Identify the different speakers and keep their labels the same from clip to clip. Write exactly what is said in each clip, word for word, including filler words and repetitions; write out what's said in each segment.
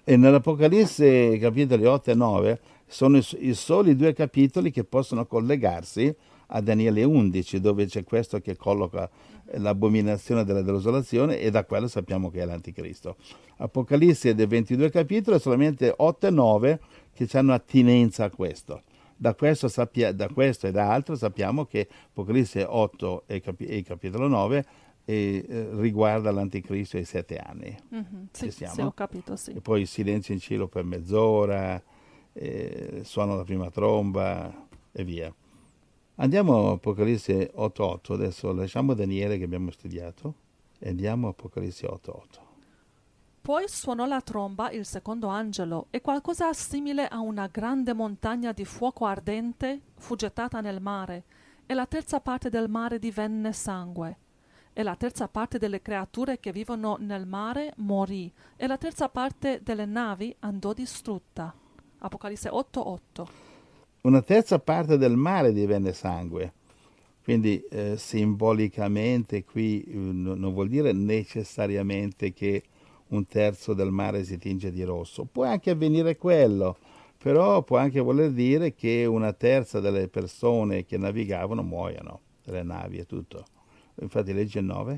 Speaker 1: E nell'Apocalisse capitoli otto e nove sono i, i soli due capitoli che possono collegarsi a Daniele undici, dove c'è questo che colloca l'abominazione della desolazione e da quello sappiamo che è l'anticristo. Apocalisse è dei ventidue capitoli, solamente otto e nove che hanno attinenza a questo. Da questo, sappia, da questo e da altro sappiamo che Apocalisse otto e, capi, e capitolo nove e, eh, riguarda l'anticristo e i sette anni.
Speaker 2: Mhm,
Speaker 1: Ci
Speaker 2: sì, sì,
Speaker 1: siamo?
Speaker 2: ho capito, sì.
Speaker 1: E poi il silenzio in cielo per mezz'ora, eh, suona la prima tromba e via. Andiamo a Apocalisse otto otto, adesso lasciamo Daniele che abbiamo studiato e andiamo a Apocalisse otto otto.
Speaker 2: Poi suonò la tromba il secondo angelo, e qualcosa simile a una grande montagna di fuoco ardente fu gettata nel mare, e la terza parte del mare divenne sangue. E la terza parte delle creature che vivono nel mare morì, e la terza parte delle navi andò distrutta. Apocalisse otto otto.
Speaker 1: Una terza parte del mare divenne sangue, quindi eh, simbolicamente qui eh, no- non vuol dire necessariamente che un terzo del mare si tinge di rosso, può anche avvenire quello, però può anche voler dire che una terza delle persone che navigavano muoiono, delle navi e tutto. Infatti legge il nove.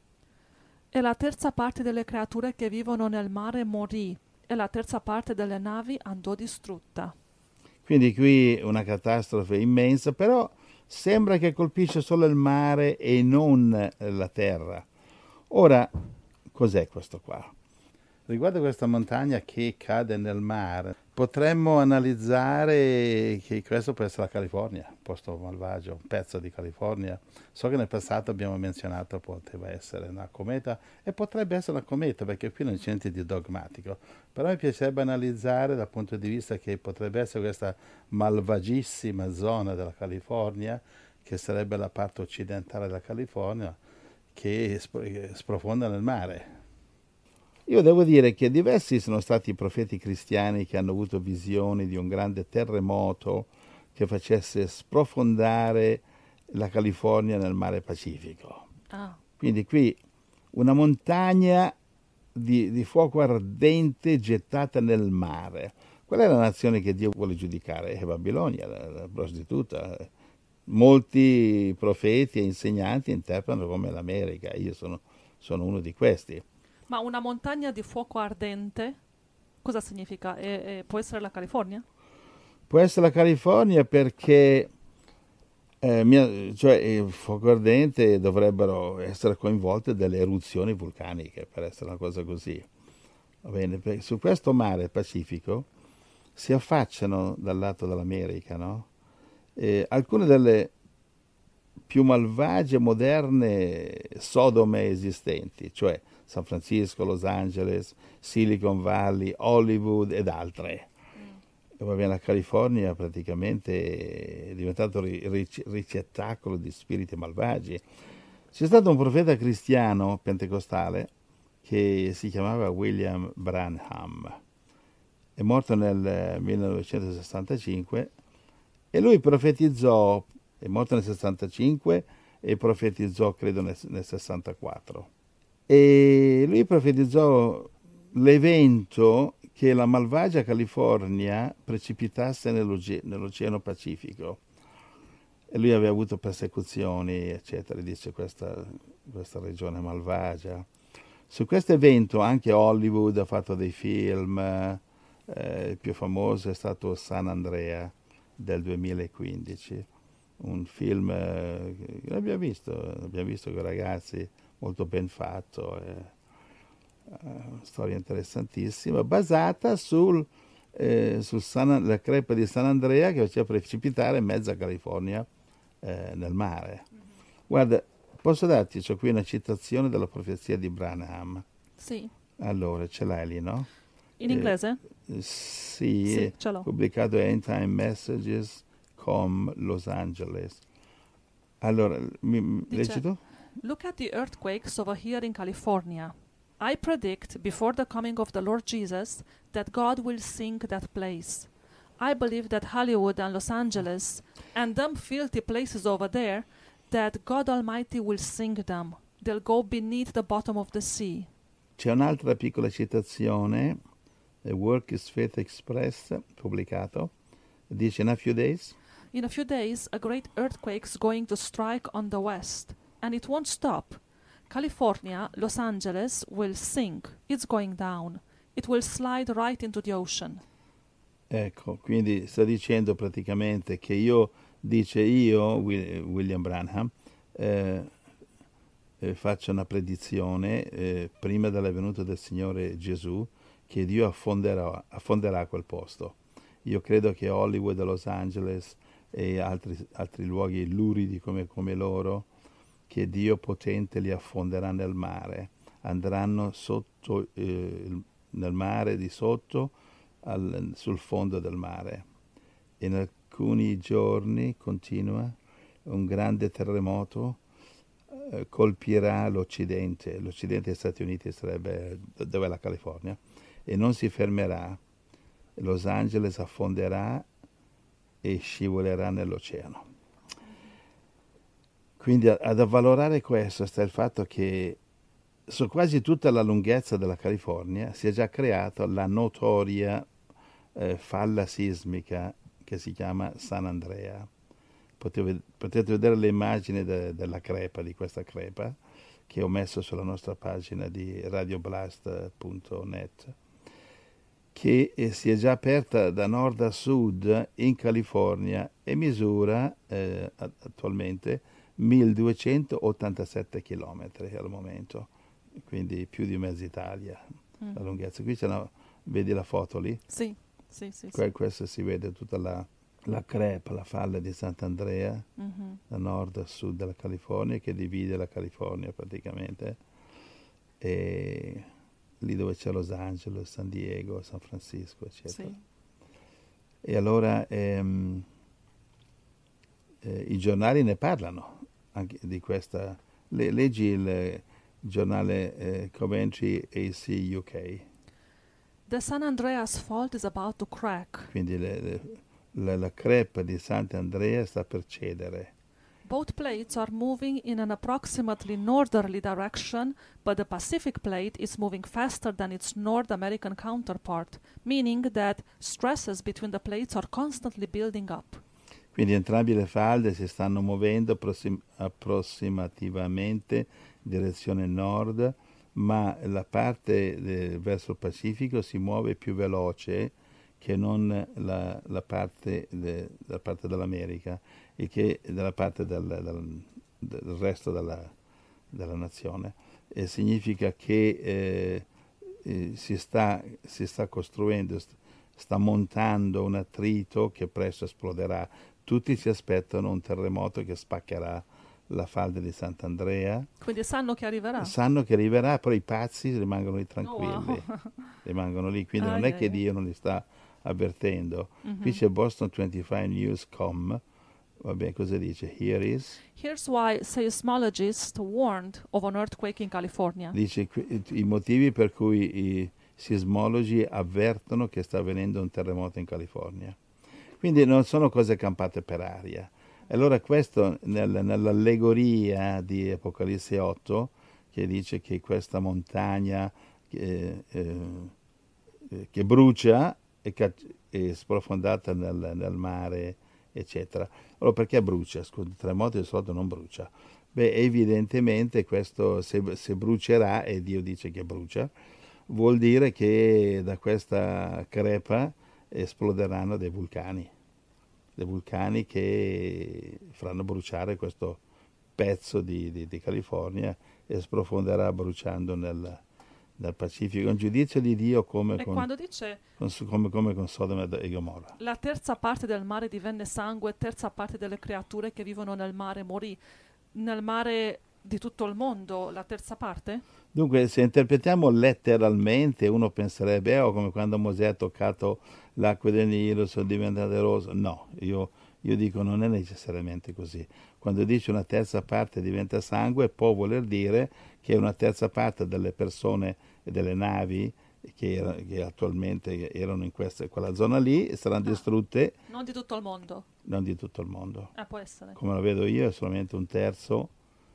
Speaker 2: E la terza parte delle creature che vivono nel mare morì, e la terza parte delle navi andò distrutta.
Speaker 1: Quindi qui una catastrofe immensa, però sembra che colpisce solo il mare e non eh, la terra. Ora, cos'è questo qua? Riguardo questa montagna che cade nel mare, potremmo analizzare che questo può essere la California, un posto malvagio, un pezzo di California. So che nel passato abbiamo menzionato poteva essere una cometa e potrebbe essere una cometa perché qui non c'è niente di dogmatico, però mi piacerebbe analizzare dal punto di vista che potrebbe essere questa malvagissima zona della California, che sarebbe la parte occidentale della California, che sprofonda nel mare. Io devo dire che diversi sono stati i profeti cristiani che hanno avuto visioni di un grande terremoto che facesse sprofondare la California nel mare Pacifico.
Speaker 2: Ah,
Speaker 1: Quindi qui una montagna di, di fuoco ardente gettata nel mare. Qual è la nazione che Dio vuole giudicare? È Babilonia, la, la prostituta. Molti profeti e insegnanti interpretano come l'America. Io sono, sono uno di questi.
Speaker 2: ma una montagna di fuoco ardente, cosa significa? E, e può essere la California?
Speaker 1: Può essere la California perché eh, mia- cioè, il fuoco ardente dovrebbero essere coinvolte delle eruzioni vulcaniche per essere una cosa così. Va bene, per- su questo mare Pacifico si affacciano dal lato dell'America, no? E alcune delle più malvagie moderne sodome esistenti, cioè San Francisco, Los Angeles, Silicon Valley, Hollywood ed altre.
Speaker 2: Mm.
Speaker 1: E va bene, la California praticamente è diventato ri- ric- ricettacolo di spiriti malvagi. C'è stato un profeta cristiano pentecostale che si chiamava William Branham. È morto nel eh, millenovecentosessantacinque e lui profetizzò, è morto nel sessantacinque e profetizzò credo nel, nel sessantaquattro. E lui profetizzò l'evento che la malvagia California precipitasse nell'oce- nell'Oceano Pacifico. E lui aveva avuto persecuzioni, eccetera, dice questa, questa regione malvagia. Su questo evento anche Hollywood ha fatto dei film, eh, il più famoso è stato San Andrea del duemilaquindici, un film eh, che l'abbiamo visto, l'abbiamo visto con i ragazzi, molto ben fatto, eh, eh, una storia interessantissima, basata sul, eh, sul San- la crepa di San Andrea che faceva precipitare mezza California eh, nel mare. Guarda, posso darti, c'ho qui una citazione della profezia di Branham.
Speaker 2: Sì.
Speaker 1: Allora, ce l'hai lì, no?
Speaker 2: In
Speaker 1: Eh,
Speaker 2: inglese?
Speaker 1: sì,
Speaker 2: Sì,
Speaker 1: è
Speaker 2: ce l'ho.
Speaker 1: pubblicato a End Time Messages com Los Angeles. Allora, mi, mi- leggi
Speaker 2: Dice:
Speaker 1: tu?
Speaker 2: Look at the earthquakes over here in California. I predict before the coming of the Lord Jesus that God will sink that place. I believe that Hollywood and Los Angeles and them filthy places over there, that God Almighty will sink them. They'll go beneath the bottom of the sea.
Speaker 1: C'è un'altra piccola citazione The Work is Faith Express, pubblicato, dice in a few days.
Speaker 2: In a few days, a great earthquake is going to strike on the west, and it won't stop. California, Los Angeles will sink. It's going down. It will slide right into the ocean.
Speaker 1: Ecco, quindi sta dicendo praticamente che io, dice io, William Branham, eh, eh, faccio una predizione eh, prima della venuta del Signore Gesù, che Dio affonderà, affonderà quel posto. Io credo che Hollywood, Los Angeles e altri, altri luoghi luridi come, come loro, che Dio potente li affonderà nel mare, andranno sotto eh, il, nel mare di sotto, al, sul fondo del mare. In alcuni giorni, continua, un grande terremoto eh, colpirà l'Occidente. L'Occidente degli Stati Uniti sarebbe dove è la California, e non si fermerà. Los Angeles affonderà e scivolerà nell'oceano. Quindi ad avvalorare questo sta il fatto che su quasi tutta la lunghezza della California si è già creata la notoria eh, falla sismica che si chiama San Andrea. Potete, potete vedere le immagini de, della crepa, di questa crepa, che ho messo sulla nostra pagina di radioblast punto net, che eh, si è già aperta da nord a sud in California e misura eh, attualmente milleduecentottantasette chilometri al momento, quindi più di mezza Italia mm. la lunghezza. Qui c'è una, vedi la foto lì?
Speaker 2: Sì, sì, sì.
Speaker 1: Que-
Speaker 2: sì.
Speaker 1: Questa si vede tutta la, la crepa, la falla di Sant'Andrea,
Speaker 2: mm-hmm.
Speaker 1: da nord a sud della California, che divide la California praticamente, e lì dove c'è Los Angeles, San Diego, San Francisco, eccetera.
Speaker 2: Sì.
Speaker 1: E allora ehm, eh, i giornali ne parlano anche di questa. Le, leggi il giornale eh, Coventry A C U K.
Speaker 2: The San Andreas fault is about to crack.
Speaker 1: Quindi le, le, la, la crepa di Sant'Andrea sta per cedere.
Speaker 2: Both plates are moving in an approximately northerly direction, but the Pacific plate is moving faster than its North American counterpart, meaning that stresses between the plates are constantly building up.
Speaker 1: Quindi entrambe le falde si stanno muovendo approssim- approssimativamente in direzione nord, ma la parte de- verso il Pacifico si muove più veloce che non la, la, parte, de- la parte dell'America, e che dalla parte del, del, del resto della, della nazione. E significa che eh, eh, si, sta, si sta costruendo, st- sta montando un attrito che presto esploderà. Tutti si aspettano un terremoto che spaccherà la falda di Sant'Andrea.
Speaker 2: Quindi sanno che arriverà?
Speaker 1: Sanno che arriverà, però i pazzi rimangono lì tranquilli,
Speaker 2: Oh, wow.
Speaker 1: rimangono lì, quindi
Speaker 2: ah,
Speaker 1: non è
Speaker 2: yeah,
Speaker 1: che
Speaker 2: yeah.
Speaker 1: Dio non li sta avvertendo.
Speaker 2: Mm-hmm.
Speaker 1: Qui c'è Boston venticinque News punto com. Vabbè, cosa dice? Here is.
Speaker 2: Here's why seismologists warned of an earthquake in California.
Speaker 1: Dice i motivi per cui i sismologi avvertono che sta avvenendo un terremoto in California. Quindi non sono cose campate per aria. Allora questo nel, nell'allegoria di Apocalisse otto, che dice che questa montagna eh, eh, che brucia è, è sprofondata nel, nel mare, eccetera. Allora perché brucia? Scusa, il terremoto di solito non brucia. Beh, evidentemente questo se, se brucerà, e Dio dice che brucia, vuol dire che da questa crepa esploderanno dei vulcani, dei vulcani che faranno bruciare questo pezzo di, di, di California e sprofonderà bruciando nel, nel Pacifico. Un giudizio di Dio come
Speaker 2: e
Speaker 1: con,
Speaker 2: quando dice
Speaker 1: con, come, come con Sodoma e Gomorra.
Speaker 2: La terza parte del mare divenne sangue, terza parte delle creature che vivono nel mare morì. Nel mare di tutto il mondo, la terza parte?
Speaker 1: Dunque, se interpretiamo letteralmente, uno penserebbe, oh, come quando Mosè ha toccato l'acqua del Nilo, sono diventate rose. No, io, io dico non è necessariamente così. Quando dice una terza parte diventa sangue, può voler dire che una terza parte delle persone e delle navi che, era, che attualmente erano in questa, quella zona lì saranno ah, distrutte.
Speaker 2: Non di tutto il mondo?
Speaker 1: Non di tutto il mondo.
Speaker 2: Ah, può essere.
Speaker 1: Come lo vedo io, è solamente un terzo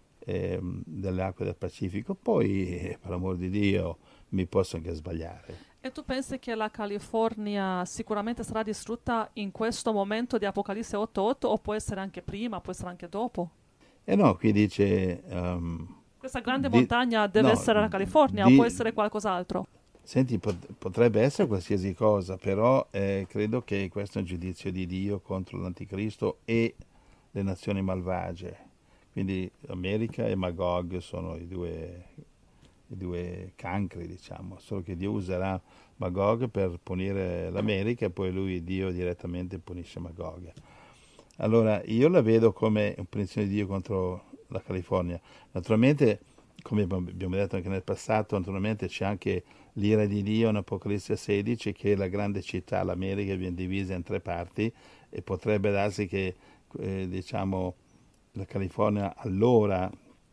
Speaker 1: delle acque del Pacifico. Poi, per amor di Dio, mi posso anche sbagliare.
Speaker 2: E tu pensi che la California sicuramente sarà distrutta in questo momento di Apocalisse otto otto o può essere anche prima, può essere anche dopo?
Speaker 1: E no, qui dice... ehm,
Speaker 2: Questa grande
Speaker 1: di-
Speaker 2: montagna deve
Speaker 1: no,
Speaker 2: essere la California o può
Speaker 1: di-
Speaker 2: essere qualcos'altro?
Speaker 1: Senti, pot- potrebbe essere qualsiasi cosa, però eh, credo che questo è un giudizio di Dio contro l'Anticristo e le nazioni malvagie. Quindi America e Magog sono i due, i due cancri, diciamo, solo che Dio userà Magog per punire l'America e poi lui, Dio, direttamente punisce Magog. Allora, io la vedo come un punizione di Dio contro la California. Naturalmente, come abbiamo detto anche nel passato, naturalmente c'è anche l'ira di Dio in Apocalisse sedici, che la grande città, l'America, viene divisa in tre parti e potrebbe darsi che, eh, diciamo, la California allora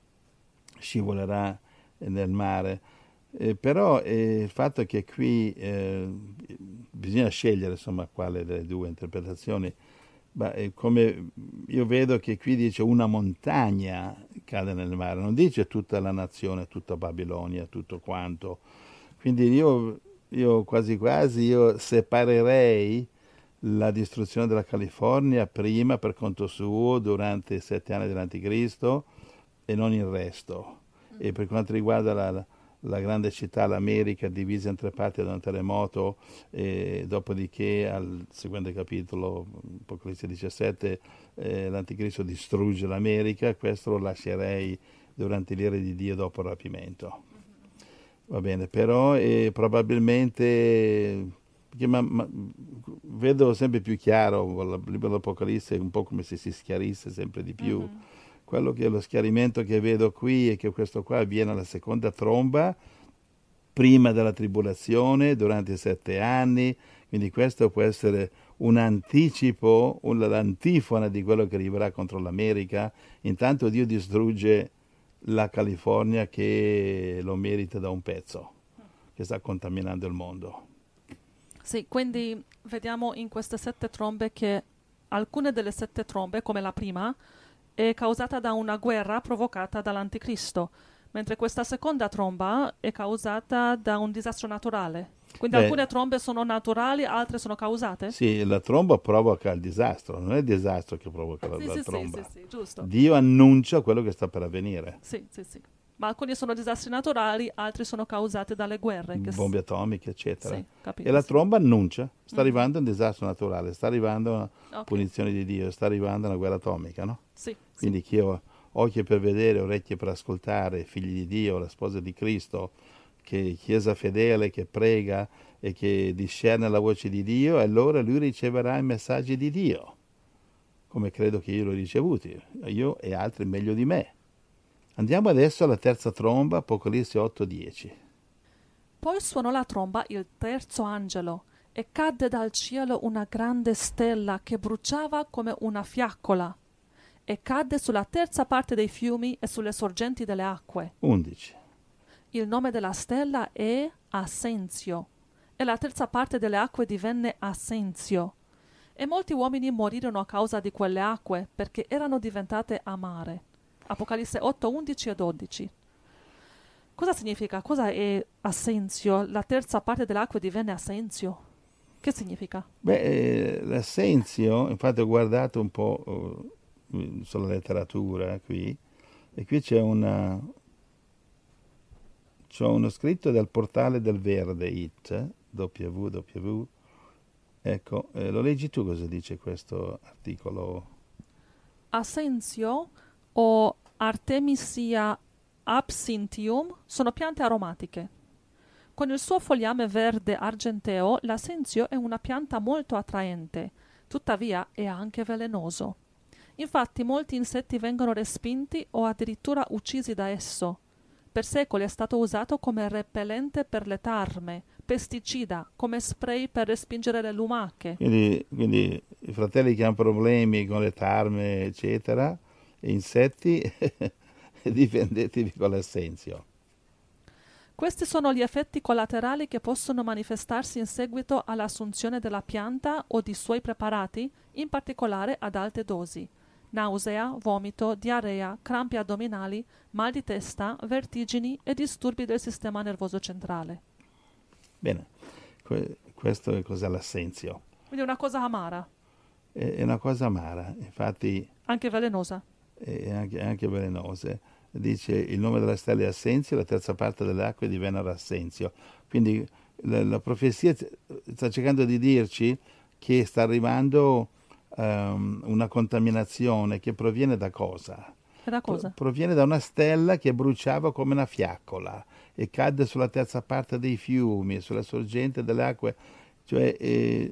Speaker 1: scivolerà nel mare. Eh, però eh, il fatto è che qui eh, bisogna scegliere, insomma, quale delle due interpretazioni. Beh, eh, come io vedo che qui dice una montagna cade nel mare, non dice tutta la nazione, tutta Babilonia, tutto quanto. Quindi io, io quasi quasi io separerei la distruzione della California prima per conto suo durante i sette anni dell'Anticristo e non il resto. E per quanto riguarda la, la grande città, l'America, divisa in tre parti da un terremoto, e dopodiché al seguente capitolo, Apocalisse diciassette, eh, l'Anticristo distrugge l'America, questo lo lascerei durante l'ira di Dio dopo il rapimento. Va bene, però eh, probabilmente, perché ma, ma, vedo sempre più chiaro, il libro dell'Apocalisse è un po' come se si schiarisse sempre di più.
Speaker 2: Mhm.
Speaker 1: Quello che è lo schiarimento che vedo qui è che questo qua avviene alla seconda tromba, prima della tribolazione, durante i sette anni, quindi questo può essere un anticipo, un- l'antifona di quello che arriverà contro l'America. Intanto Dio distrugge la California che lo merita da un pezzo, che sta contaminando il mondo.
Speaker 2: Sì, quindi vediamo in queste sette trombe che alcune delle sette trombe, come la prima, è causata da una guerra provocata dall'Anticristo, mentre questa seconda tromba è causata da un disastro naturale. Quindi
Speaker 1: Beh,
Speaker 2: alcune trombe sono naturali, altre sono causate?
Speaker 1: sì, la tromba provoca il disastro, non è il disastro che provoca la,
Speaker 2: Sì,
Speaker 1: la
Speaker 2: sì, sì,
Speaker 1: tromba.
Speaker 2: sì, sì, giusto.
Speaker 1: Dio annuncia quello che sta per avvenire.
Speaker 2: Sì, sì, sì. Ma alcuni sono disastri naturali, altri sono causati dalle guerre. Che s-
Speaker 1: Bombe atomiche, eccetera.
Speaker 2: Sì,
Speaker 1: E
Speaker 2: capito,
Speaker 1: la
Speaker 2: sì.
Speaker 1: tromba annuncia, sta
Speaker 2: Mhm.
Speaker 1: arrivando un disastro naturale, sta arrivando una
Speaker 2: Ok,
Speaker 1: punizione di Dio, sta arrivando una guerra atomica, no?
Speaker 2: sì, sì.
Speaker 1: Quindi chi ha occhi per vedere, orecchie per ascoltare, figli di Dio, la sposa di Cristo, che chiesa fedele, che prega e che discerne la voce di Dio, allora lui riceverà i messaggi di Dio, come credo che io l'ho ricevuti, io e altri meglio di me. Andiamo adesso alla terza tromba, Apocalisse otto dieci.
Speaker 2: Poi suonò la tromba il terzo angelo e cadde dal cielo una grande stella che bruciava come una fiaccola e cadde sulla terza parte dei fiumi e sulle sorgenti delle acque.
Speaker 1: undici.
Speaker 2: Il nome della stella è Assenzio e la terza parte delle acque divenne Assenzio. E molti uomini morirono a causa di quelle acque perché erano diventate amare. Apocalisse otto, undici e dodici. Cosa significa? Cosa è Assenzio? La terza parte delle acque divenne Assenzio. Che significa?
Speaker 1: Beh, eh, l'assenzio, infatti ho guardato un po' eh, sulla letteratura qui, e qui c'è una, c'è uno scritto dal portale del Verde It, www. Ecco, eh, lo leggi tu cosa dice questo articolo?
Speaker 2: Assenzio o Artemisia absinthium sono piante aromatiche. Con il suo fogliame verde argenteo, l'assenzio è una pianta molto attraente, tuttavia è anche velenoso. Infatti molti insetti vengono respinti o addirittura uccisi da esso. Per secoli è stato usato come repellente per le tarme, pesticida, come spray per respingere le lumache.
Speaker 1: Quindi, quindi i fratelli che hanno problemi con le tarme, eccetera, e insetti, difendetevi con l'assenzio.
Speaker 2: Questi sono gli effetti collaterali che possono manifestarsi in seguito all'assunzione della pianta o di suoi preparati, in particolare ad alte dosi: nausea, vomito, diarrea, crampi addominali, mal di testa, vertigini e disturbi del sistema nervoso centrale.
Speaker 1: Bene, que- questo è cos'è l'assenzio.
Speaker 2: Quindi è una cosa amara,
Speaker 1: È, è una cosa amara, infatti
Speaker 2: anche velenosa.
Speaker 1: è anche, è anche velenosa. Dice il nome della stella è Assenzio, la terza parte delle acque divennero Assenzio. Quindi la, la profezia sta cercando di dirci che sta arrivando ehm, una contaminazione che proviene da cosa?
Speaker 2: E da
Speaker 1: Pro-
Speaker 2: cosa?
Speaker 1: proviene da una stella che bruciava come una fiaccola e cadde sulla terza parte dei fiumi, sulla sorgente delle acque, cioè eh,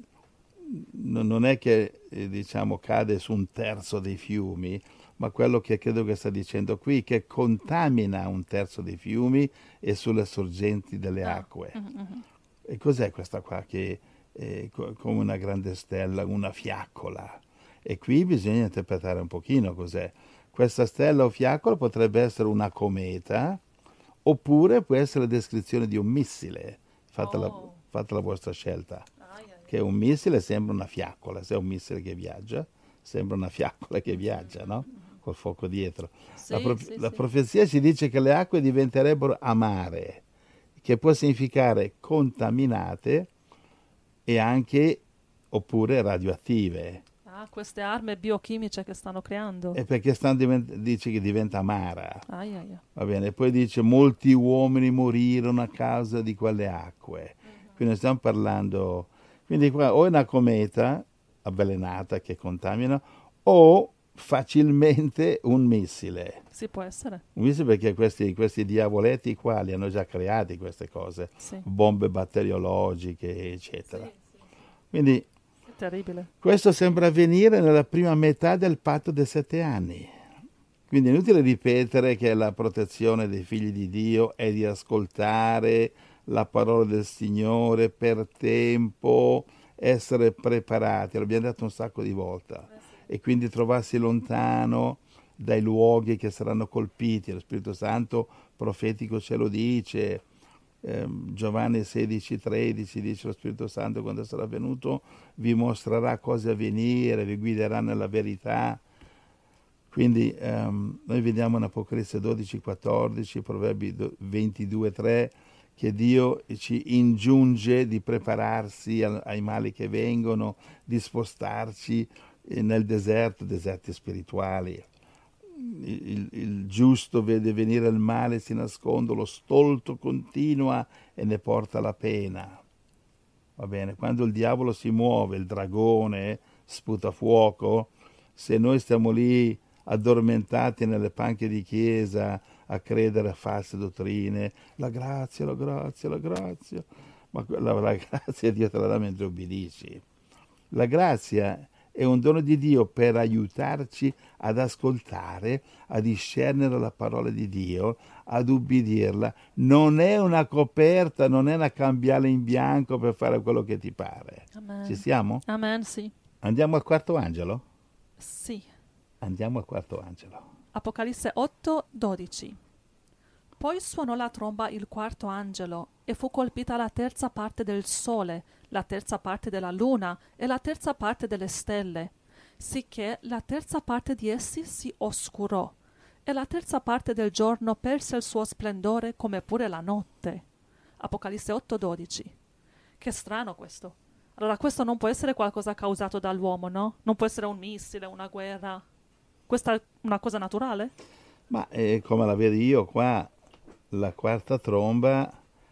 Speaker 1: non non è che eh, diciamo cade su un terzo dei fiumi, ma quello che credo che sta dicendo qui, che contamina un terzo dei fiumi e sulle sorgenti delle
Speaker 2: Ah,
Speaker 1: acque.
Speaker 2: mhm, mhm.
Speaker 1: E cos'è questa qua che è co- come una grande stella, una fiaccola? E qui bisogna interpretare un pochino cos'è. Questa stella o fiaccola potrebbe essere una cometa, oppure può essere la descrizione di un missile. Fate la,
Speaker 2: Oh.
Speaker 1: fate la vostra scelta.
Speaker 2: Ai, ai, ai.
Speaker 1: Che un missile sembra una fiaccola, se è un missile che viaggia, sembra una fiaccola che viaggia, no? Col fuoco dietro. La,
Speaker 2: Sì,
Speaker 1: pro-
Speaker 2: sì,
Speaker 1: la
Speaker 2: sì.
Speaker 1: profezia ci dice che le acque diventerebbero amare, che può significare contaminate e anche oppure radioattive.
Speaker 2: Ah, queste armi biochimiche che stanno creando.
Speaker 1: E perché stanno divent- dice che diventa amara.
Speaker 2: Ai, ai, ai.
Speaker 1: Va bene, poi dice molti uomini morirono a causa di quelle acque. Quindi stiamo parlando, quindi qua o è una cometa avvelenata che contamina o facilmente un missile.
Speaker 2: Sì, può essere.
Speaker 1: Un missile perché questi, questi diavoletti qua li hanno già creati queste cose,
Speaker 2: Sì.
Speaker 1: bombe batteriologiche, eccetera.
Speaker 2: Sì, sì.
Speaker 1: Quindi
Speaker 2: È terribile.
Speaker 1: questo sembra avvenire nella prima metà del patto dei sette anni. Quindi è inutile ripetere che la protezione dei figli di Dio è di ascoltare la parola del Signore per tempo, essere preparati, l'abbiamo detto un sacco di volte, e quindi trovarsi lontano dai luoghi che saranno colpiti. Lo Spirito Santo profetico ce lo dice. Ehm, Giovanni sedici tredici dice lo Spirito Santo quando sarà venuto vi mostrerà cose a venire, vi guiderà nella verità. Quindi ehm, noi vediamo in Apocalisse dodici quattordici, Proverbi ventidue tre, che Dio ci ingiunge di prepararsi a- ai mali che vengono, di spostarci eh, nel deserto, deserti spirituali. Il, il- il giusto vede venire il male, si nasconde, lo stolto continua e ne porta la pena. Va bene, quando il diavolo si muove, il dragone sputa fuoco, se noi stiamo lì addormentati nelle panche di chiesa a credere a false dottrine, la grazia, la grazia, la grazia, ma la, la grazia Dio te la dà mentre obbedisci. La grazia è un dono di Dio per aiutarci ad ascoltare, a discernere la parola di Dio, ad ubbidirla. Non è una coperta, non è una cambiale in bianco per fare quello che ti pare.
Speaker 2: Amen.
Speaker 1: Ci siamo?
Speaker 2: Amen, sì.
Speaker 1: Andiamo al quarto angelo?
Speaker 2: Sì.
Speaker 1: Andiamo al quarto angelo.
Speaker 2: Apocalisse otto dodici. Poi suonò la tromba il quarto angelo e fu colpita la terza parte del sole, la terza parte della luna e la terza parte delle stelle, sicché la terza parte di essi si oscurò e la terza parte del giorno perse il suo splendore come pure la notte. Apocalisse otto dodici. Che strano questo. Allora questo non può essere qualcosa causato dall'uomo, no? Non può essere un missile, una guerra. Questa è una cosa naturale?
Speaker 1: Ma eh, come la vedi io qua, la quarta tromba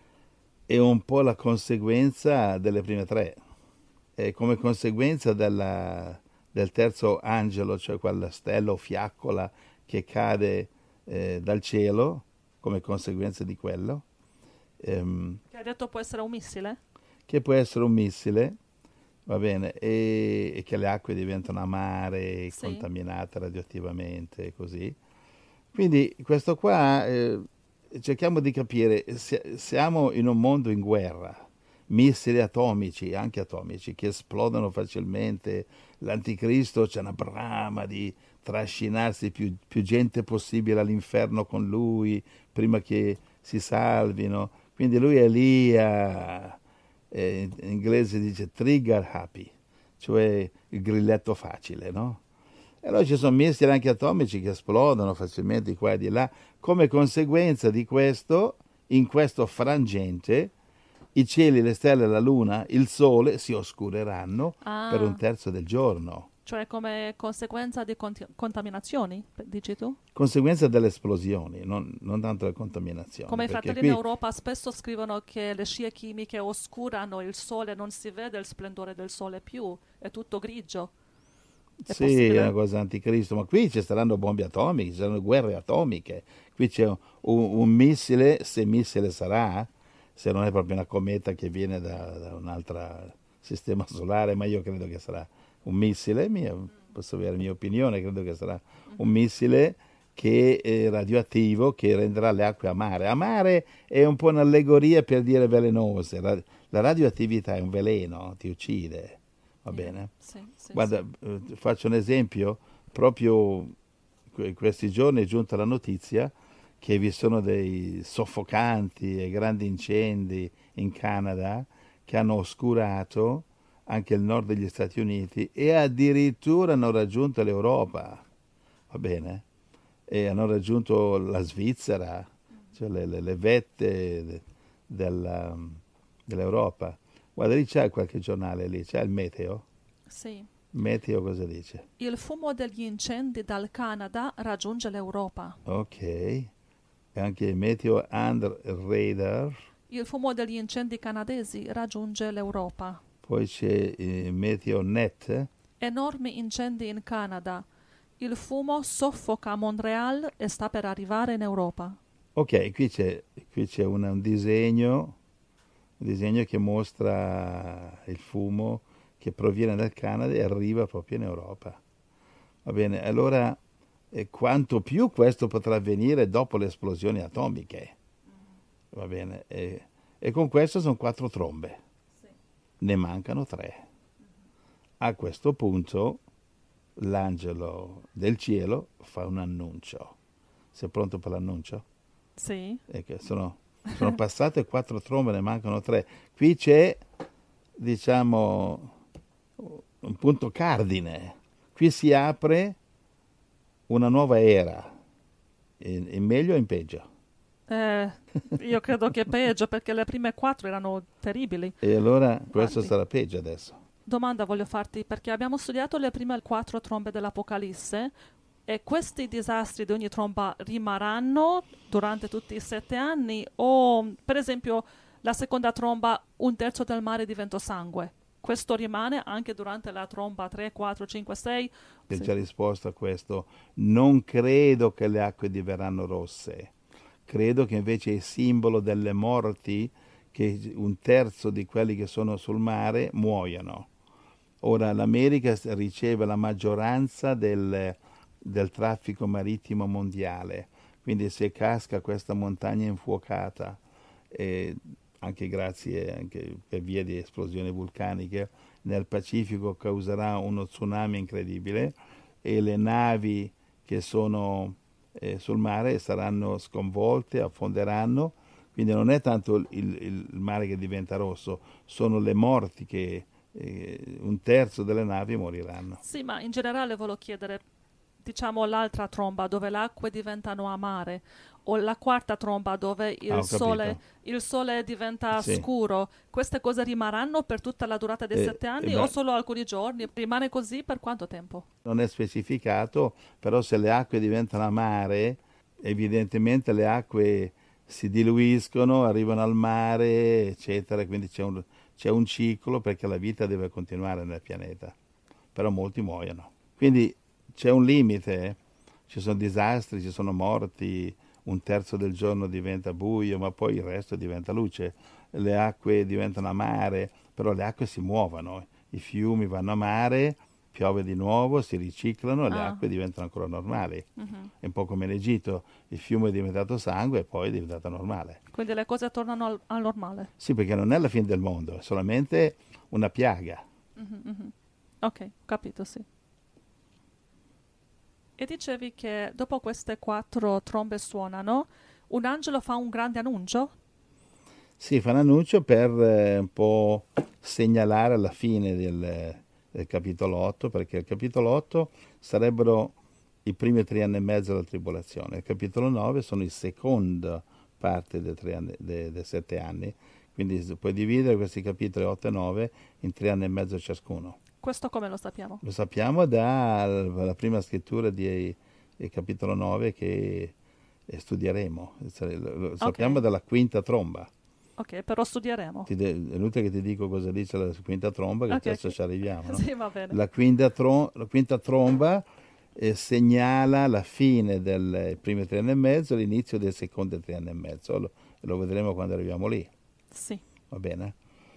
Speaker 1: è un po' la conseguenza delle prime tre. È come conseguenza della- del terzo angelo, cioè quella stella o fiaccola che cade eh, dal cielo, come conseguenza di quello, ehm,
Speaker 2: Che hai detto può essere un missile?
Speaker 1: che può essere un missile, va bene, e, e che le acque diventano amare,
Speaker 2: Sì.
Speaker 1: contaminate radioattivamente e così. Quindi questo qua, eh, cerchiamo di capire, se- siamo in un mondo in guerra, missili atomici, anche atomici, che esplodono facilmente, l'anticristo c'è una brama di trascinarsi più, più gente possibile all'inferno con lui, prima che si salvino, quindi lui è lì a, eh, in inglese dice trigger happy, cioè il grilletto facile, no? E allora ci sono missili anche atomici che esplodono facilmente di qua e di là. Come conseguenza di questo, in questo frangente, i cieli, le stelle, la luna, il sole si oscureranno
Speaker 2: Ah,
Speaker 1: per un terzo del giorno.
Speaker 2: cioè come conseguenza di conti- contaminazioni, dici tu?
Speaker 1: Conseguenza delle esplosioni, non, non tanto le contaminazioni.
Speaker 2: Come i
Speaker 1: Perché
Speaker 2: fratelli in
Speaker 1: qui,
Speaker 2: Europa spesso scrivono che le scie chimiche oscurano il sole, non si vede il splendore del sole più, è tutto grigio. È
Speaker 1: sì, è una
Speaker 2: possibile?
Speaker 1: cosa anticristo, ma qui ci saranno bombe atomiche, ci saranno guerre atomiche. Qui c'è un, un- un missile, se missile sarà, se non è proprio una cometa che viene da, da un altro sistema solare, ma io credo che sarà un missile, mio- posso avere la mia opinione, credo che sarà un missile che è radioattivo, che renderà le acque amare. Amare è un po' un'allegoria per dire velenose. La, la radioattività è un veleno, ti uccide, va
Speaker 2: Yeah.
Speaker 1: bene?
Speaker 2: Sì, sì,
Speaker 1: Guarda,
Speaker 2: sì.
Speaker 1: eh, faccio un esempio, proprio que- questi giorni è giunta la notizia che vi sono dei soffocanti e grandi incendi in Canada che hanno oscurato anche il nord degli Stati Uniti e addirittura hanno raggiunto l'Europa, va bene? E hanno raggiunto la Svizzera, cioè le, le- le vette de- della- dell'Europa. Guarda, lì c'è qualche giornale lì, c'è il Meteo.
Speaker 2: Sì.
Speaker 1: Meteo cosa dice?
Speaker 2: Il fumo degli incendi dal Canada raggiunge l'Europa.
Speaker 1: Ok, e anche Meteo and Radar,
Speaker 2: Il fumo degli incendi canadesi raggiunge l'Europa.
Speaker 1: poi c'è eh, Meteo Net,
Speaker 2: Enormi incendi in Canada. Il fumo soffoca Montreal e sta per arrivare in Europa.
Speaker 1: ok, qui c'è, qui c'è una- un disegno, un disegno che mostra il fumo che proviene dal Canada e arriva proprio in Europa. Va bene, allora eh, quanto più questo potrà avvenire dopo le esplosioni atomiche, va bene, e, e con questo sono quattro trombe, ne mancano tre. A questo punto l'angelo del cielo fa un annuncio. Sei pronto per l'annuncio?
Speaker 2: Sì.
Speaker 1: E che sono, sono passate quattro trombe, ne mancano tre. Qui c'è, diciamo, un punto cardine. Qui si apre una nuova era, in, in meglio o in peggio.
Speaker 2: Eh, io credo che peggio perché le prime quattro erano terribili.
Speaker 1: E allora questo
Speaker 2: Guardi.
Speaker 1: sarà peggio adesso.
Speaker 2: Domanda voglio farti perché abbiamo studiato le prime quattro trombe dell'Apocalisse e questi disastri di ogni tromba rimarranno durante tutti i sette anni o per esempio la seconda tromba un terzo del mare diventa sangue. Questo rimane anche durante la tromba tre, quattro, cinque, sei.
Speaker 1: Ti ho
Speaker 2: Sì.
Speaker 1: già risposto a questo. Non credo che le acque diverranno rosse. Credo che invece è simbolo delle morti che un terzo di quelli che sono sul mare muoiono. Ora l'America s- riceve la maggioranza del, del traffico marittimo mondiale, quindi se casca questa montagna infuocata, eh, anche grazie anche per via di esplosioni vulcaniche, nel Pacifico causerà uno tsunami incredibile e le navi che sono eh, sul mare saranno sconvolte, affonderanno, quindi non è tanto il, il- il mare che diventa rosso, sono le morti che eh, un terzo delle navi moriranno.
Speaker 2: Sì, ma in generale volevo chiedere, diciamo, l'altra tromba dove le acque diventano amare o la quarta tromba dove
Speaker 1: Ah,
Speaker 2: il
Speaker 1: ho
Speaker 2: sole,
Speaker 1: capito.
Speaker 2: il sole diventa
Speaker 1: Sì.
Speaker 2: scuro, queste cose rimarranno per tutta la durata dei
Speaker 1: Eh,
Speaker 2: sette
Speaker 1: eh,
Speaker 2: anni
Speaker 1: ma
Speaker 2: o solo alcuni giorni? Rimane così per quanto tempo?
Speaker 1: non è specificato, però se le acque diventano amare, evidentemente le acque si diluiscono, arrivano al mare, eccetera, quindi c'è un, c'è un ciclo perché la vita deve continuare nel pianeta, però molti muoiono. Quindi c'è un limite, eh. Ci sono disastri, ci sono morti, un terzo del giorno diventa buio, ma poi il resto diventa luce. Le acque diventano a mare, però le acque si muovono, i fiumi vanno a mare, piove di nuovo, si riciclano e le
Speaker 2: Ah,
Speaker 1: acque diventano ancora normali.
Speaker 2: mhm.
Speaker 1: È un po' come in Egitto, il fiume è diventato sangue e poi è diventato normale.
Speaker 2: Quindi le cose tornano al, al normale.
Speaker 1: Sì, perché non è la fine del mondo, è solamente una piaga.
Speaker 2: Mhm, mhm. Ok, capito, sì. E dicevi che dopo queste quattro trombe suonano, un angelo fa un grande annuncio?
Speaker 1: Sì, fa un annuncio per eh, un po' segnalare la fine del, del capitolo otto, perché il capitolo otto sarebbero i primi tre anni e mezzo della tribolazione, il capitolo nove sono i seconda parte dei, tre anni, dei, dei sette anni, Quindi puoi dividere questi capitoli otto e nove in tre anni e mezzo ciascuno.
Speaker 2: Questo come lo sappiamo?
Speaker 1: Lo sappiamo dalla prima scrittura di, di capitolo nove che studieremo. Lo sappiamo
Speaker 2: Ok.
Speaker 1: dalla quinta tromba.
Speaker 2: Ok, però studieremo.
Speaker 1: Ti de- è inutile che ti dico cosa dice la quinta tromba, che
Speaker 2: Ok,
Speaker 1: adesso
Speaker 2: ok.
Speaker 1: ci arriviamo. No?
Speaker 2: Sì, va bene.
Speaker 1: La quinta, trom- la quinta tromba eh, segnala la fine del primo tre anni e mezzo, l'inizio del secondo tre anni e mezzo. Lo, lo vedremo quando arriviamo lì.
Speaker 2: Sì.
Speaker 1: Va bene?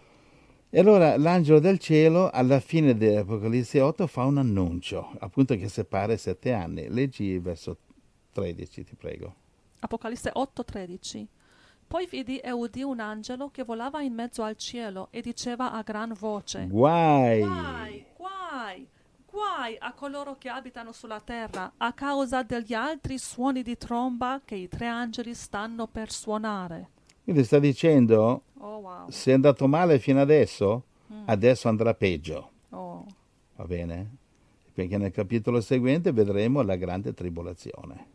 Speaker 1: E allora l'angelo del cielo alla fine dell'Apocalisse otto fa un annuncio, appunto che separa sette anni. Leggi il verso tredici, ti prego.
Speaker 2: Apocalisse otto tredici. Poi vidi e udì un angelo che volava in mezzo al cielo e diceva a gran voce:
Speaker 1: Guai!
Speaker 2: Guai, guai, guai a coloro che abitano sulla terra a causa degli altri suoni di tromba che i tre angeli stanno per suonare.
Speaker 1: Quindi sta dicendo,
Speaker 2: Oh wow.
Speaker 1: se è andato male fino adesso,
Speaker 2: Mm.
Speaker 1: adesso andrà peggio.
Speaker 2: Oh.
Speaker 1: Va bene? Perché nel capitolo seguente vedremo la grande tribolazione.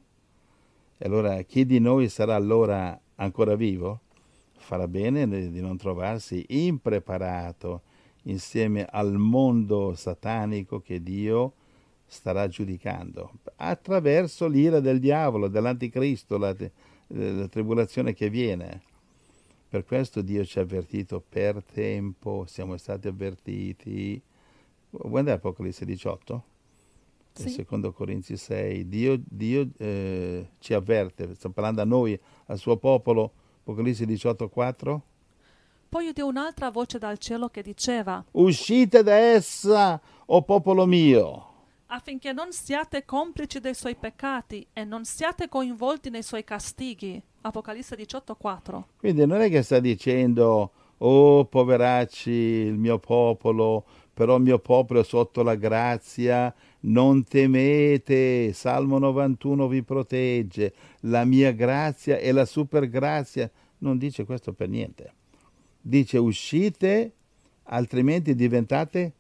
Speaker 1: E allora chi di noi sarà allora ancora vivo? Farà bene di non trovarsi impreparato insieme al mondo satanico che Dio starà giudicando attraverso l'ira del diavolo, dell'anticristo, la, la tribolazione che viene. Per questo Dio ci ha avvertito per tempo, siamo stati avvertiti. Guarda Apocalisse diciotto,
Speaker 2: Sì.
Speaker 1: secondo Corinzi sei, Dio, Dio eh, ci avverte, sta parlando a noi, al suo popolo, Apocalisse diciotto quattro.
Speaker 2: Poi udì un'altra voce dal cielo che diceva:
Speaker 1: Uscite da essa, o popolo mio.
Speaker 2: affinché non siate complici dei suoi peccati e non siate coinvolti nei suoi castighi. Apocalisse diciotto quattro.
Speaker 1: Quindi non è che sta dicendo, oh poveracci, il mio popolo, però il mio popolo è sotto la grazia, non temete, Salmo novantuno vi protegge, la mia grazia è la super grazia. Non dice questo per niente. Dice uscite, altrimenti diventate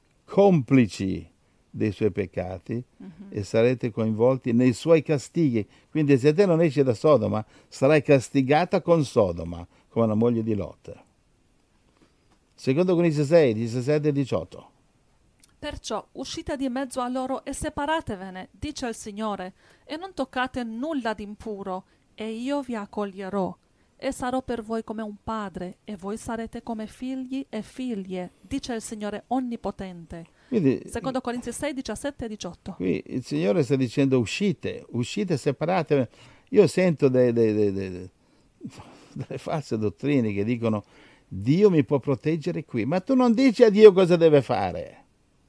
Speaker 1: complici dei suoi peccati uh-huh. e sarete coinvolti nei suoi castighi. Quindi se te non esci da Sodoma, sarai castigata con Sodoma, come la moglie di Lot. Secondo Corinzi sei, diciassette e diciotto.
Speaker 2: Perciò uscite di mezzo a loro e separatevene, dice il Signore, e non toccate nulla d'impuro, e io vi accoglierò. E sarò per voi come un padre, e voi sarete come figli e figlie, dice il Signore Onnipotente.
Speaker 1: Quindi,
Speaker 2: Secondo Corinzi sei, diciassette e diciotto.
Speaker 1: Qui il Signore sta dicendo uscite, uscite, separatevi. Io sento dei, dei, dei, dei, delle false dottrine che dicono Dio mi può proteggere qui, ma tu non dici a Dio cosa deve fare.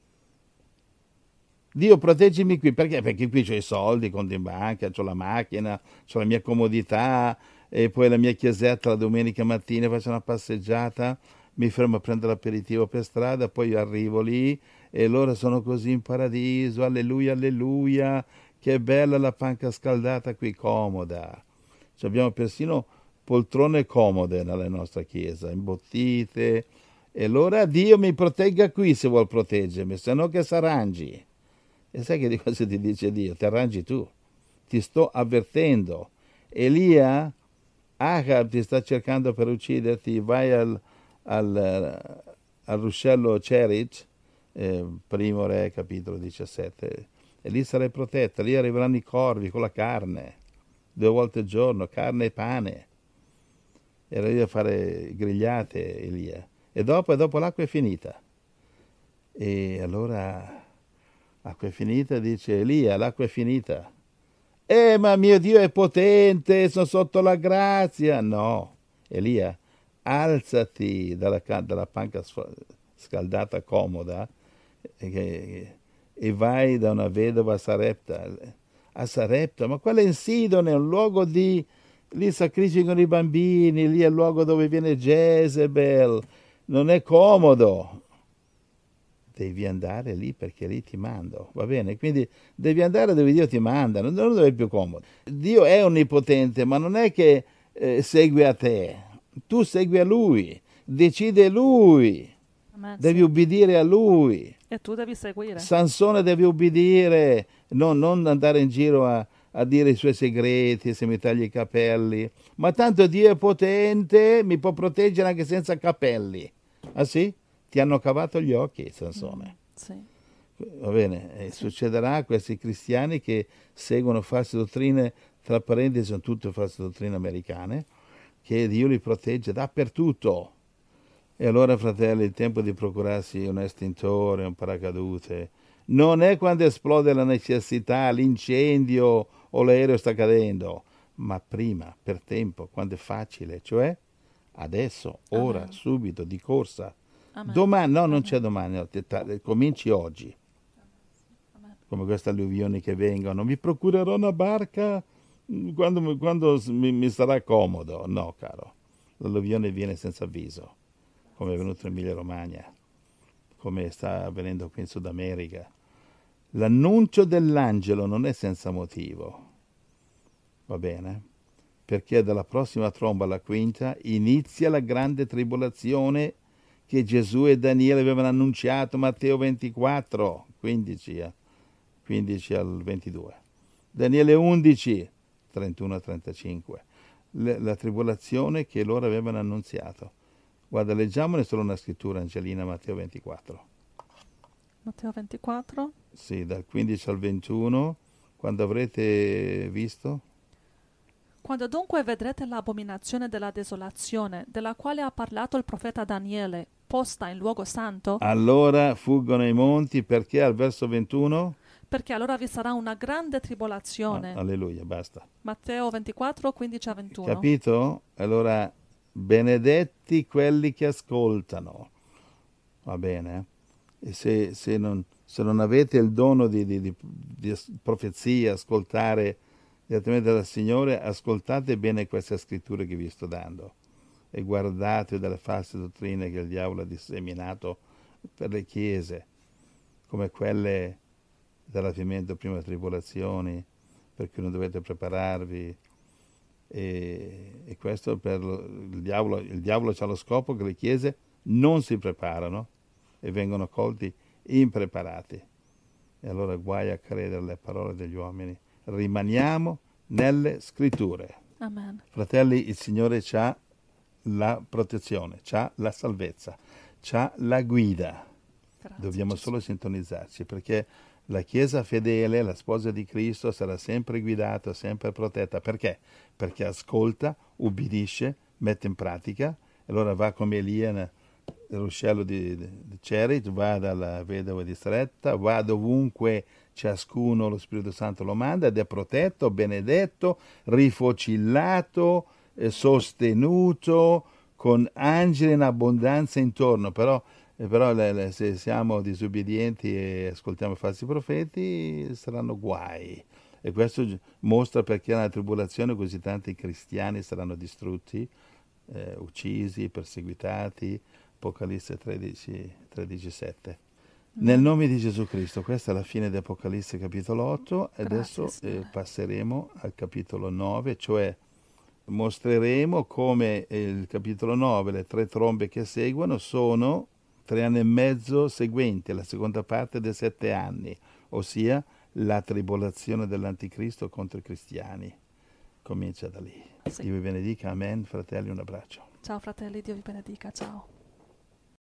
Speaker 1: Dio proteggimi qui, perché? Perché qui ho i soldi, conto in banca, ho la macchina, ho la mia comodità, e poi la mia chiesetta la domenica mattina faccio una passeggiata, mi fermo a prendere l'aperitivo per strada, poi arrivo lì e loro sono così in paradiso, alleluia, alleluia, che bella la panca scaldata qui, comoda. Cioè, abbiamo persino poltrone comode nella nostra chiesa, imbottite, e allora Dio mi protegga qui se vuol proteggermi, se no che s'arrangi. E sai che di cosa ti dice Dio? Ti arrangi tu, ti sto avvertendo. Elia, Ahab ti sta cercando per ucciderti, vai al, al, al ruscello Cherit, eh, primo re, capitolo diciassette, e lì sarai protetta, lì arriveranno i corvi con la carne, due volte al giorno, carne e pane. Era lì a fare grigliate Elia. E dopo, e dopo l'acqua è finita. E allora l'acqua è finita, dice Elia, l'acqua è finita. Eh, ma mio Dio è potente, sono sotto la grazia. No, Elia, alzati dalla, dalla panca scaldata comoda e, e vai da una vedova a Sarepta. A Sarepta, ma quella è in Sidone, è un luogo di... Lì sacrificano i bambini, lì è il luogo dove viene Jezebel. Non è comodo. Devi andare lì perché lì ti mando, va bene? Quindi devi andare dove Dio ti manda, non dove è più comodo. Dio è onnipotente, ma non è che eh, segui a te, tu segui a Lui, decide Lui,
Speaker 2: Amen,
Speaker 1: devi
Speaker 2: sì.
Speaker 1: ubbidire a Lui.
Speaker 2: E tu devi seguire.
Speaker 1: Sansone devi ubbidire, non, non andare in giro a, a dire i suoi segreti, se mi tagli i capelli. Ma tanto Dio è potente, mi può proteggere anche senza capelli. Ah sì? Ti hanno cavato gli occhi, Sansone.
Speaker 2: Mm, sì.
Speaker 1: Va bene, e
Speaker 2: Sì.
Speaker 1: succederà a questi cristiani che seguono false dottrine, tra parentesi sono tutte false dottrine americane, che Dio li protegge dappertutto. E allora, fratelli, il tempo di procurarsi un estintore, un paracadute, non è quando esplode la necessità, l'incendio o l'aereo sta cadendo, ma prima, per tempo, quando è facile, cioè adesso, ora,
Speaker 2: Amen.
Speaker 1: subito, di corsa.
Speaker 2: Amen.
Speaker 1: Domani, no, non
Speaker 2: Amen.
Speaker 1: c'è domani, no, te- ta- cominci oggi,
Speaker 2: Amen.
Speaker 1: come queste alluvioni che vengono. Mi procurerò una barca mm, quando, quando mi, mi sarà comodo. No, caro, l'alluvione viene senza avviso, come è venuto in Emilia Romagna, come sta avvenendo qui in Sud America. L'annuncio dell'angelo non è senza motivo, va bene? Perché dalla prossima tromba alla quinta inizia la grande tribolazione che Gesù e Daniele avevano annunciato, Matteo ventiquattro, quindici, eh, quindici al ventidue. Daniele undici, trentuno a trentacinque. Le, la tribolazione che loro avevano annunziato. Guarda, leggiamone solo una scrittura, Angelina, Matteo ventiquattro.
Speaker 2: Matteo ventiquattro.
Speaker 1: Sì, dal quindici al ventuno, quando avrete visto?
Speaker 2: Quando dunque vedrete l'abominazione della desolazione, della quale ha parlato il profeta Daniele, posta in luogo santo,
Speaker 1: Allora fuggono i monti perché al verso ventuno?
Speaker 2: perché allora vi sarà una grande
Speaker 1: Ah,
Speaker 2: tribolazione.
Speaker 1: alleluia, basta.
Speaker 2: Matteo ventiquattro, quindici a ventuno.
Speaker 1: Capito? Allora, benedetti quelli che ascoltano. Va bene? E se, se, non, se non avete il dono di, di, di, di profezia, ascoltare direttamente dal Signore, ascoltate bene queste scritture che vi sto dando e guardate dalle false dottrine che il diavolo ha disseminato per le chiese, come quelle dell'avvimento prima tribolazioni, per cui non dovete prepararvi. E, e questo per lo- il diavolo, il diavolo ha lo scopo che le chiese non si preparano e vengono colti impreparati. E allora guai a credere alle parole degli uomini. Rimaniamo nelle scritture.
Speaker 2: Amen.
Speaker 1: Fratelli, il Signore c'ha la protezione, c'ha la salvezza, c'ha la guida.
Speaker 2: Grazie,
Speaker 1: Dobbiamo
Speaker 2: Gesù.
Speaker 1: solo sintonizzarci, perché la Chiesa fedele, la sposa di Cristo, sarà sempre guidata, sempre protetta. Perché? Perché ascolta, ubbidisce, mette in pratica, e allora va come Elia nel ruscello di, di, di Cerit, va dalla vedova di Saretta, va dovunque ciascuno lo Spirito Santo lo manda ed è protetto, benedetto, rifocillato, eh, sostenuto, con angeli in abbondanza intorno. Però e però le- le- se siamo disubbidienti e ascoltiamo i falsi profeti, saranno guai. E questo gi- mostra perché nella tribolazione così tanti cristiani saranno distrutti, eh, uccisi, perseguitati. Apocalisse tredici, tredici sette. Nel
Speaker 2: Amen.
Speaker 1: nome di Gesù Cristo, questa è la fine di Apocalisse capitolo otto. E
Speaker 2: Grazie,
Speaker 1: adesso eh,
Speaker 2: Signore.
Speaker 1: passeremo al capitolo nove, cioè mostreremo come il capitolo nove, le tre trombe che seguono, sono tre anni e mezzo seguenti, la seconda parte dei sette anni, ossia la tribolazione dell'anticristo contro i cristiani. Comincia da lì.
Speaker 2: Sì.
Speaker 1: Dio vi benedica, amen, fratelli, un abbraccio.
Speaker 2: Ciao fratelli, Dio vi benedica, ciao.